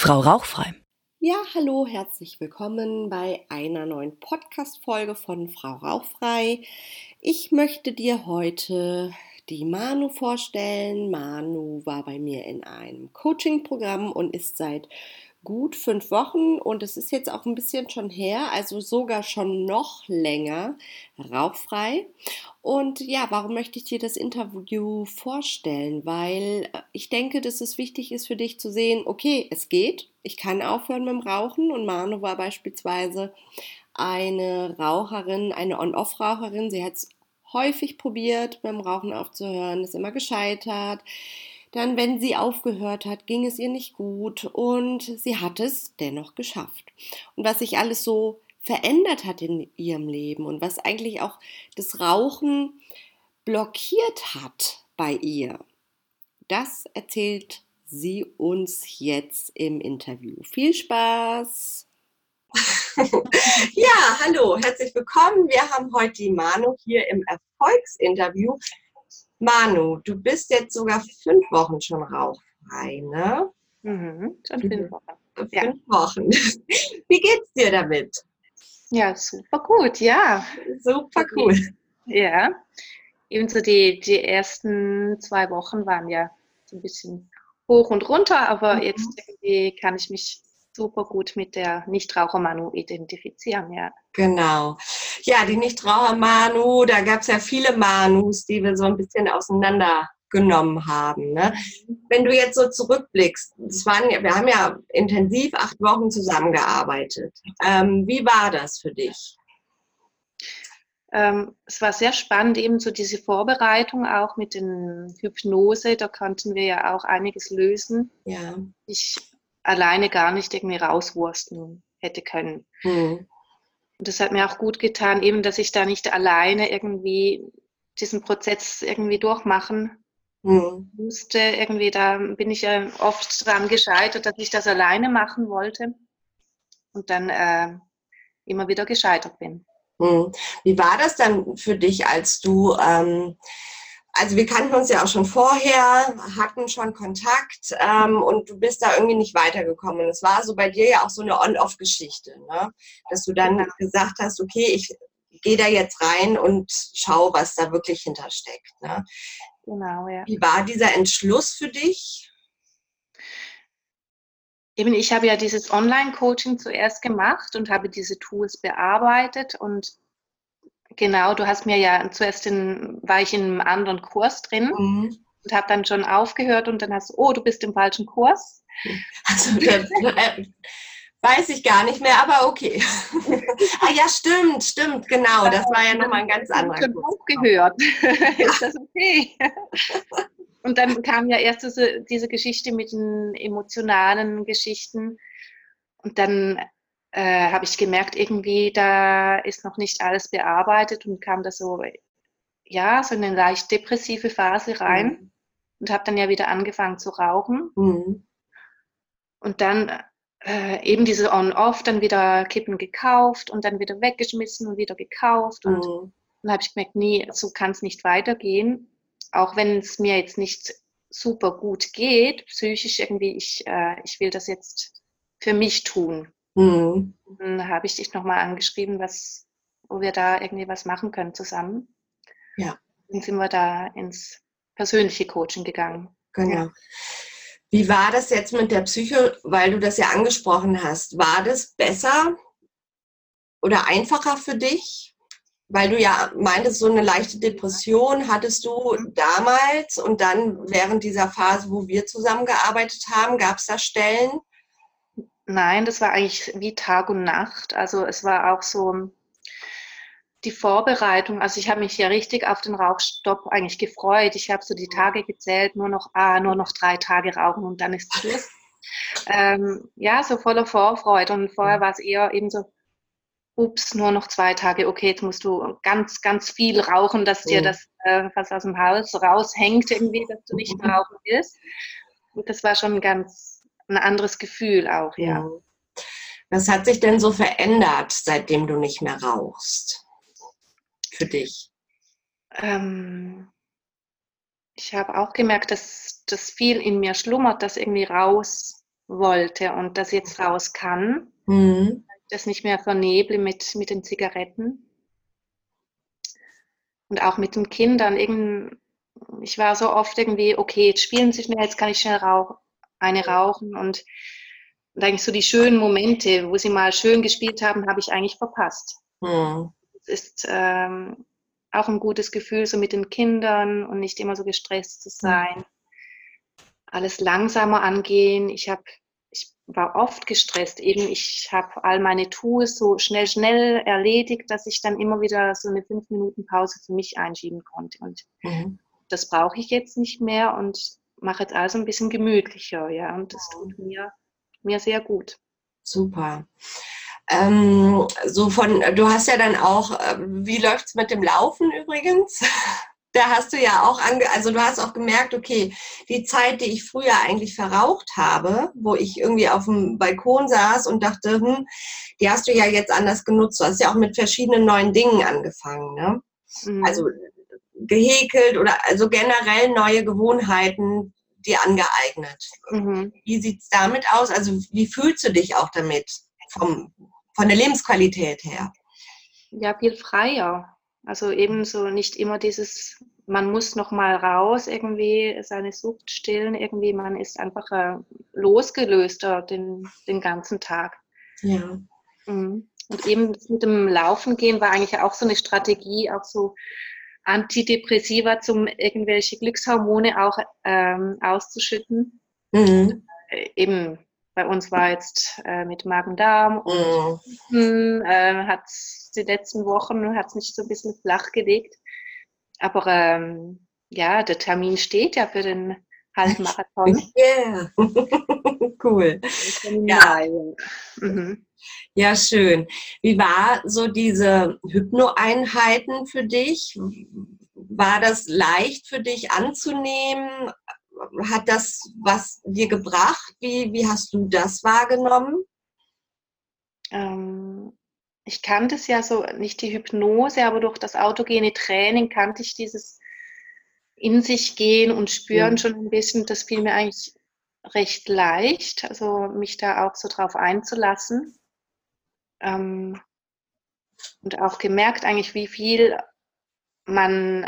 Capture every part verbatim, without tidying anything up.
Frau Rauchfrei. Ja, hallo, herzlich willkommen bei einer neuen Podcast-Folge von Frau Rauchfrei. Ich möchte dir heute die Manu vorstellen. Manu war bei mir in einem Coaching-Programm und ist seit gut fünf Wochen und es ist jetzt auch ein bisschen schon her, also sogar schon noch länger rauchfrei. Und ja, warum möchte ich dir das Interview vorstellen? Weil ich denke, dass es wichtig ist für dich zu sehen, okay, es geht, ich kann aufhören mit dem Rauchen und Manu war beispielsweise eine Raucherin, eine On-Off-Raucherin, sie hat es häufig probiert, beim Rauchen aufzuhören, ist immer gescheitert. Dann, wenn sie aufgehört hat, ging es ihr nicht gut und sie hat es dennoch geschafft. Und was sich alles so verändert hat in ihrem Leben und was eigentlich auch das Rauchen blockiert hat bei ihr, das erzählt sie uns jetzt im Interview. Viel Spaß! Ja, hallo, herzlich willkommen. Wir haben heute die Manu hier im Erfolgsinterview. Manu, du bist jetzt sogar fünf Wochen schon rauchfrei, ne? Mhm, schon fünf Wochen. Fünf Ja. Wochen. Wie geht's dir damit? Ja, super gut, ja. Super cool. Ja, ebenso die, die ersten zwei Wochen waren ja so ein bisschen hoch und runter, aber Mhm. jetzt irgendwie kann ich mich super gut mit der Nichtraucher-Manu identifizieren, ja. Genau. Ja, die Nichtraucher-Manu, da gab es ja viele Manus, die wir so ein bisschen auseinandergenommen haben. Ne? Wenn du jetzt so zurückblickst, das waren, ja- wir haben ja intensiv acht Wochen zusammengearbeitet. Ähm, wie war das für dich? Ähm, es war sehr spannend, eben so diese Vorbereitung auch mit den Hypnose, da konnten wir ja auch einiges lösen, Ja. ich alleine gar nicht irgendwie rauswursten hätte können. Hm. Und das hat mir auch gut getan, eben, dass ich da nicht alleine irgendwie diesen Prozess irgendwie durchmachen Hm. musste. Irgendwie, da bin ich ja oft dran gescheitert, dass ich das alleine machen wollte und dann äh, immer wieder gescheitert bin. Hm. Wie war das dann für dich, als du, ähm, also wir kannten uns ja auch schon vorher, hatten schon Kontakt ähm, und du bist da irgendwie nicht weitergekommen. Es war so bei dir ja auch so eine On-Off-Geschichte, ne? Dass du dann Genau. gesagt hast, okay, ich gehe da jetzt rein und schau, was da wirklich hintersteckt. Ne? Genau, ja. Wie war dieser Entschluss für dich? Eben, ich habe ja dieses Online-Coaching zuerst gemacht und habe diese Tools bearbeitet und genau, du hast mir ja zuerst in, war ich in einem anderen Kurs drin Mhm. und habe dann schon aufgehört und dann hast du, oh, du bist im falschen Kurs. Also, das, äh, weiß ich gar nicht mehr, aber okay. Ah ja, stimmt, stimmt, genau. Das war ja nochmal ein ganz anderer schon Kurs. aufgehört. Ist das okay? Und dann kam ja erst diese, diese Geschichte mit den emotionalen Geschichten. Und dann äh, habe ich gemerkt, irgendwie, da ist noch nicht alles bearbeitet und kam da so, ja, so eine leicht depressive Phase rein Mhm. und habe dann ja wieder angefangen zu rauchen. Mhm. Und dann äh, eben diese On-Off, dann wieder Kippen gekauft und dann wieder weggeschmissen und wieder gekauft. Und Mhm. dann habe ich gemerkt, nee, so kann es nicht weitergehen. Auch wenn es mir jetzt nicht super gut geht, psychisch irgendwie, ich, äh, ich will das jetzt für mich tun. Mhm. Dann habe ich dich nochmal angeschrieben, was, wo wir da irgendwie was machen können zusammen. Ja, Dann sind wir da ins persönliche Coaching gegangen. genau. Ja. Wie war das jetzt mit der Psycho, weil du das ja angesprochen hast? War das besser oder einfacher für dich? Weil du ja meintest, so eine leichte Depression hattest du damals und dann während dieser Phase, wo wir zusammengearbeitet haben, gab es da Stellen? Nein, das war eigentlich wie Tag und Nacht. Also es war auch so die Vorbereitung. Also ich habe mich ja richtig auf den Rauchstopp eigentlich gefreut. Ich habe so die Tage gezählt, nur noch, ah, nur noch drei Tage rauchen und dann ist Schluss. Ähm, ja, so voller Vorfreude. Und vorher war es eher eben so, ups, nur noch zwei Tage, okay, jetzt musst du ganz, ganz viel rauchen, dass dir das äh, was aus dem Hals raushängt irgendwie, dass du nicht mehr rauchen willst. Und das war schon ganz ein anderes Gefühl auch, ja. Was hat sich denn so verändert, seitdem du nicht mehr rauchst? Für dich? Ähm, ich habe auch gemerkt, dass das viel in mir schlummert, das irgendwie raus wollte und das jetzt raus kann. Mhm. Das nicht mehr verneble mit, mit den Zigaretten. Und auch mit den Kindern. Irgend, ich war so oft irgendwie, okay, jetzt spielen sie schnell, jetzt kann ich schnell rauch, eine rauchen. Und, und eigentlich so die schönen Momente, wo sie mal schön gespielt haben, habe ich eigentlich verpasst. Mhm. Es ist ähm, auch ein gutes Gefühl, so mit den Kindern und nicht immer so gestresst zu sein. Alles langsamer angehen. Ich habe, ich war oft gestresst. Eben, ich habe all meine Tools so schnell, schnell erledigt, dass ich dann immer wieder so eine fünf Minuten Pause für mich einschieben konnte. Und Mhm. das brauche ich jetzt nicht mehr und mache jetzt also ein bisschen gemütlicher, ja. Und das tut mir, mir sehr gut. Super. Ähm, so von, du hast ja dann auch, äh, wie läuft's mit dem Laufen übrigens? Da hast du ja auch, ange also du hast auch gemerkt, okay, die Zeit, die ich früher eigentlich verraucht habe, wo ich irgendwie auf dem Balkon saß und dachte, hm, die hast du ja jetzt anders genutzt. Du hast ja auch mit verschiedenen neuen Dingen angefangen, ne? Mhm. Also gehäkelt oder also generell neue Gewohnheiten dir angeeignet. Mhm. Wie sieht's damit aus? Also wie fühlst du dich auch damit vom, von der Lebensqualität her? Ja, viel freier. Also ebenso nicht immer dieses, man muss noch mal raus, irgendwie seine Sucht stillen, irgendwie man ist einfach äh, losgelöster den, den ganzen Tag. Ja. Mhm. Und eben das mit dem Laufen gehen war eigentlich auch so eine Strategie, auch so Antidepressiva, zum irgendwelche Glückshormone auch ähm, auszuschütten. Mhm. Äh, eben bei uns war jetzt äh, mit Magen-Darm und Mhm. äh, hat die letzten Wochen hat's mich so ein bisschen flach gelegt. Aber ähm, ja, der Termin steht ja für den Halbmarathon. Yeah. Cool. Ja, Ja. Mhm. ja, schön. Wie war so diese Hypno-Einheiten für dich? War das leicht für dich anzunehmen? Hat das was dir gebracht? Wie, wie hast du das wahrgenommen? Ähm, ich kannte es ja so, nicht die Hypnose, aber durch das autogene Training kannte ich dieses in sich gehen und spüren Mhm. schon ein bisschen. Das fiel mir eigentlich recht leicht, also mich da auch so drauf einzulassen. Ähm, und auch gemerkt eigentlich, wie viel man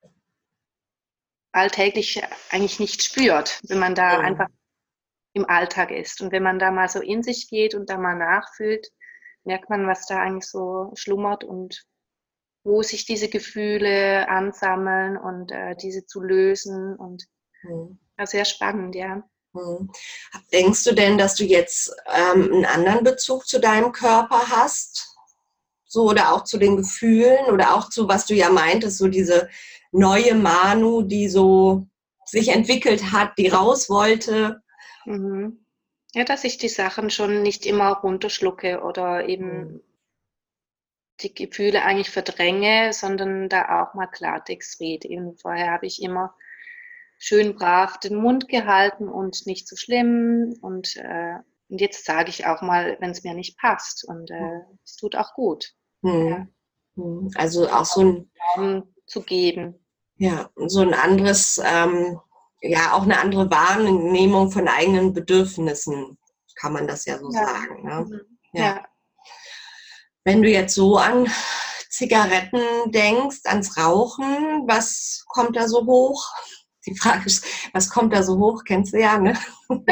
alltäglich eigentlich nicht spürt, wenn man da einfach im Alltag ist. Und wenn man da mal so in sich geht und da mal nachfühlt, merkt man, was da eigentlich so schlummert und wo sich diese Gefühle ansammeln und äh, diese zu lösen. Und Mhm. ja, sehr spannend, ja. Mhm. Denkst du denn, dass du jetzt ähm, einen anderen Bezug zu deinem Körper hast? So, oder auch zu den Gefühlen oder auch zu, was du ja meintest, so diese neue Manu, die so sich entwickelt hat, die raus wollte. Mhm. Ja, dass ich die Sachen schon nicht immer runterschlucke oder Mhm. eben die Gefühle eigentlich verdränge, sondern da auch mal Klartext rede. Eben vorher habe ich immer schön brav den Mund gehalten und nicht so schlimm. Und, äh, und jetzt sage ich auch mal, wenn es mir nicht passt. Und äh, es tut auch gut. Ja, Mhm. Mhm. Also auch so ein, Raum zu geben. ja, so ein anderes, ähm, ja, auch eine andere Wahrnehmung von eigenen Bedürfnissen, kann man das ja so Ja. sagen. Ne? Mhm. Ja. Ja. Wenn du jetzt so an Zigaretten denkst, ans Rauchen, was kommt da so hoch? Die Frage ist, was kommt da so hoch? Kennst du ja, ne?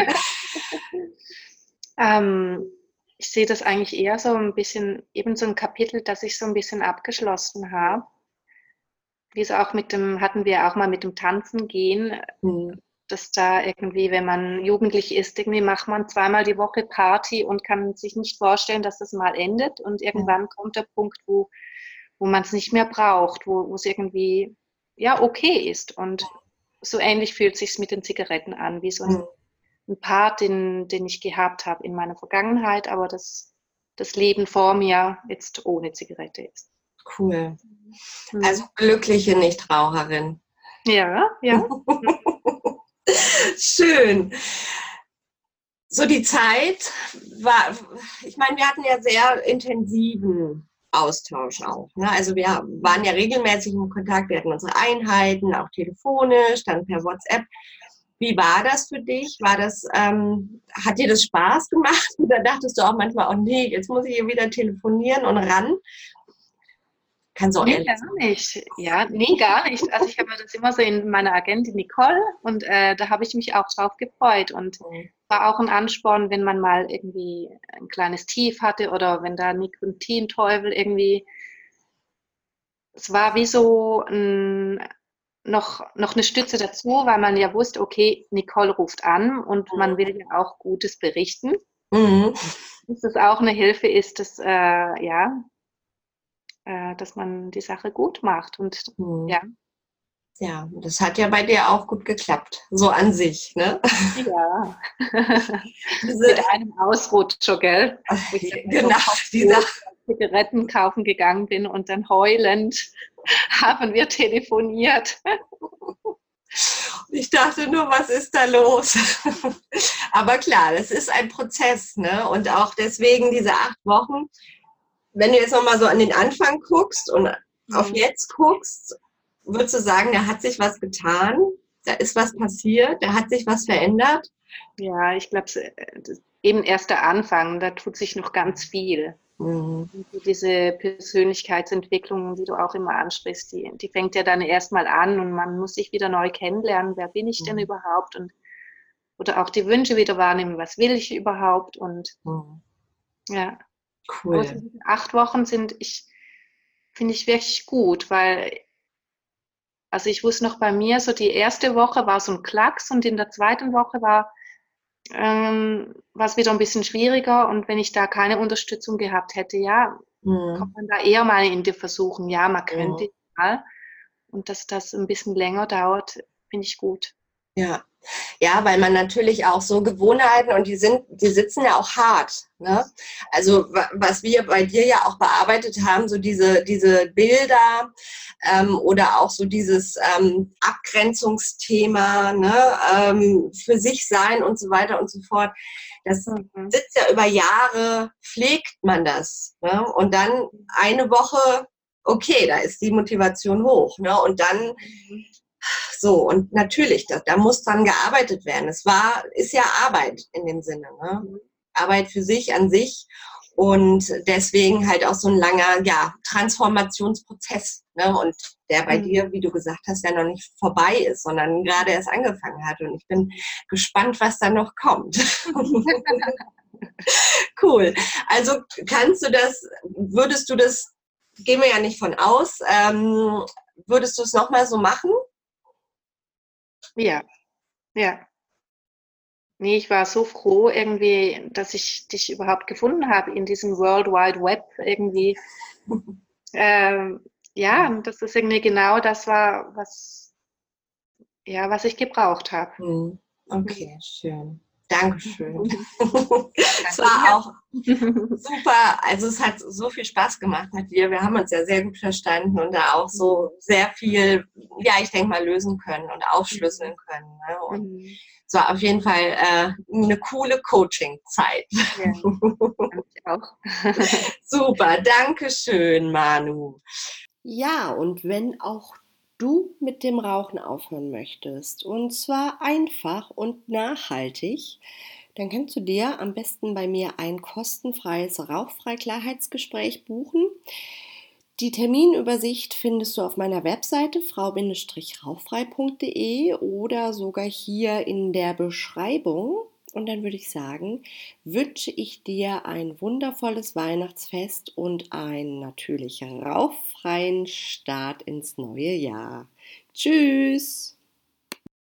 Ähm, ich sehe das eigentlich eher so ein bisschen, eben so ein Kapitel, das ich so ein bisschen abgeschlossen habe. Wie es auch mit dem, hatten wir auch mal mit dem Tanzen gehen, Hm. dass da irgendwie, wenn man jugendlich ist, irgendwie macht man zweimal die Woche Party und kann sich nicht vorstellen, dass das mal endet. Und irgendwann kommt der Punkt, wo, wo man es nicht mehr braucht, wo, wo es irgendwie ja okay ist. Und so ähnlich fühlt sich mit den Zigaretten an, wie so Hm. ein, ein Part, den, den ich gehabt habe in meiner Vergangenheit, aber das, das Leben vor mir jetzt ohne Zigarette ist. Cool. Also Mhm. glückliche Nichtraucherin. Ja, ja. Schön. So die Zeit war, ich meine, wir hatten ja sehr intensiven Austausch auch. Ne? Also wir waren ja regelmäßig im Kontakt, wir hatten unsere Einheiten, auch telefonisch, dann per WhatsApp. Wie war das für dich? War das, ähm, hat dir das Spaß gemacht? Oder dachtest du auch manchmal, oh nee, jetzt muss ich hier wieder telefonieren und ran? Kannst du auch Nee, ehrlich gar sein. nicht. Ja, nee, gar nicht. Also ich habe mir das immer so in meiner Agentin Nicole und äh, da habe ich mich auch drauf gefreut und Mhm. war auch ein Ansporn, wenn man mal irgendwie ein kleines Tief hatte oder wenn da Nikotinteufel irgendwie, es war wie so ein, noch, noch eine Stütze dazu, weil man ja wusste, okay, Nicole ruft an und man will ja auch Gutes berichten. Mhm. Dass das auch eine Hilfe ist, dass, äh, ja, äh, dass man die Sache gut macht und Mhm. ja. Ja, das hat ja bei dir auch gut geklappt, so an sich, ne? Ja, Diese, mit einem Ausrutscher, gell? Wo ich dann mal so genau, dieser, kopflos Zigaretten kaufen gegangen bin und dann heulend haben wir telefoniert. ich dachte nur, was ist da los? Aber klar, das ist ein Prozess, ne? Und auch deswegen diese acht Wochen, wenn du jetzt nochmal so an den Anfang guckst und auf Mhm. jetzt guckst, würdest du sagen, da hat sich was getan, da ist was passiert, da hat sich was verändert? Ja, ich glaube, eben erst der Anfang, da tut sich noch ganz viel. Mhm. Und so diese Persönlichkeitsentwicklung, die du auch immer ansprichst, die, die fängt ja dann erstmal an und man muss sich wieder neu kennenlernen. Wer bin ich denn Mhm. überhaupt? Und oder auch die Wünsche wieder wahrnehmen, was will ich überhaupt? Und Mhm. ja, aber so Cool. diese acht Wochen sind ich, finde ich wirklich gut, weil, also ich wusste noch bei mir, so die erste Woche war so ein Klacks und in der zweiten Woche war ähm, war es wieder ein bisschen schwieriger und wenn ich da keine Unterstützung gehabt hätte, ja, Mhm. kommt man da eher mal in die Versuchung, ja, man Mhm. könnte mal und dass das ein bisschen länger dauert, finde ich gut. Ja. Ja, weil man natürlich auch so Gewohnheiten und die sind, die sitzen ja auch hart. Ne? Also was wir bei dir ja auch bearbeitet haben, so diese, diese Bilder ähm, oder auch so dieses ähm, Abgrenzungsthema, ne? ähm, für sich sein und so weiter und so fort. Das Mhm. sitzt ja über Jahre, pflegt man das. Ne? Und dann eine Woche, okay, da ist die Motivation hoch. Ne? Und dann Mhm. so, und natürlich, da, da muss dran gearbeitet werden. Es war, ist ja Arbeit in dem Sinne, ne? Mhm. Arbeit für sich an sich und deswegen halt auch so ein langer, ja, Transformationsprozess, ne? Und der bei Mhm. dir, wie du gesagt hast, ja noch nicht vorbei ist, sondern gerade erst angefangen hat. Und ich bin gespannt, was da noch kommt. Cool. Also kannst du das, würdest du das, gehen wir ja nicht von aus, ähm, würdest du es nochmal so machen? Ja, ja. Nee, ich war so froh irgendwie, dass ich dich überhaupt gefunden habe in diesem World Wide Web irgendwie. Ähm, ja, und das ist irgendwie genau das war, was, ja, was ich gebraucht habe. Hm, Mhm. okay, schön. Dankeschön. Ja, Es danke war dir. auch super, also es hat so viel Spaß gemacht mit dir. Wir haben uns ja sehr gut verstanden und da auch so sehr viel, ja, ich denke mal, lösen können und Mhm. aufschlüsseln können. Ne? Und Mhm. es war auf jeden Fall äh, eine coole Coaching-Zeit. Ja, fand ich auch. Super, danke schön, Manu. Ja, und wenn auch du mit dem Rauchen aufhören möchtest, und zwar einfach und nachhaltig, dann kannst du dir am besten bei mir ein kostenfreies Rauchfrei-Klarheitsgespräch buchen. Die Terminübersicht findest du auf meiner Webseite frau-rauchfrei punkt de oder sogar hier in der Beschreibung. Und dann würde ich sagen, wünsche ich dir ein wundervolles Weihnachtsfest und einen natürlich rauchfreien Start ins neue Jahr. Tschüss!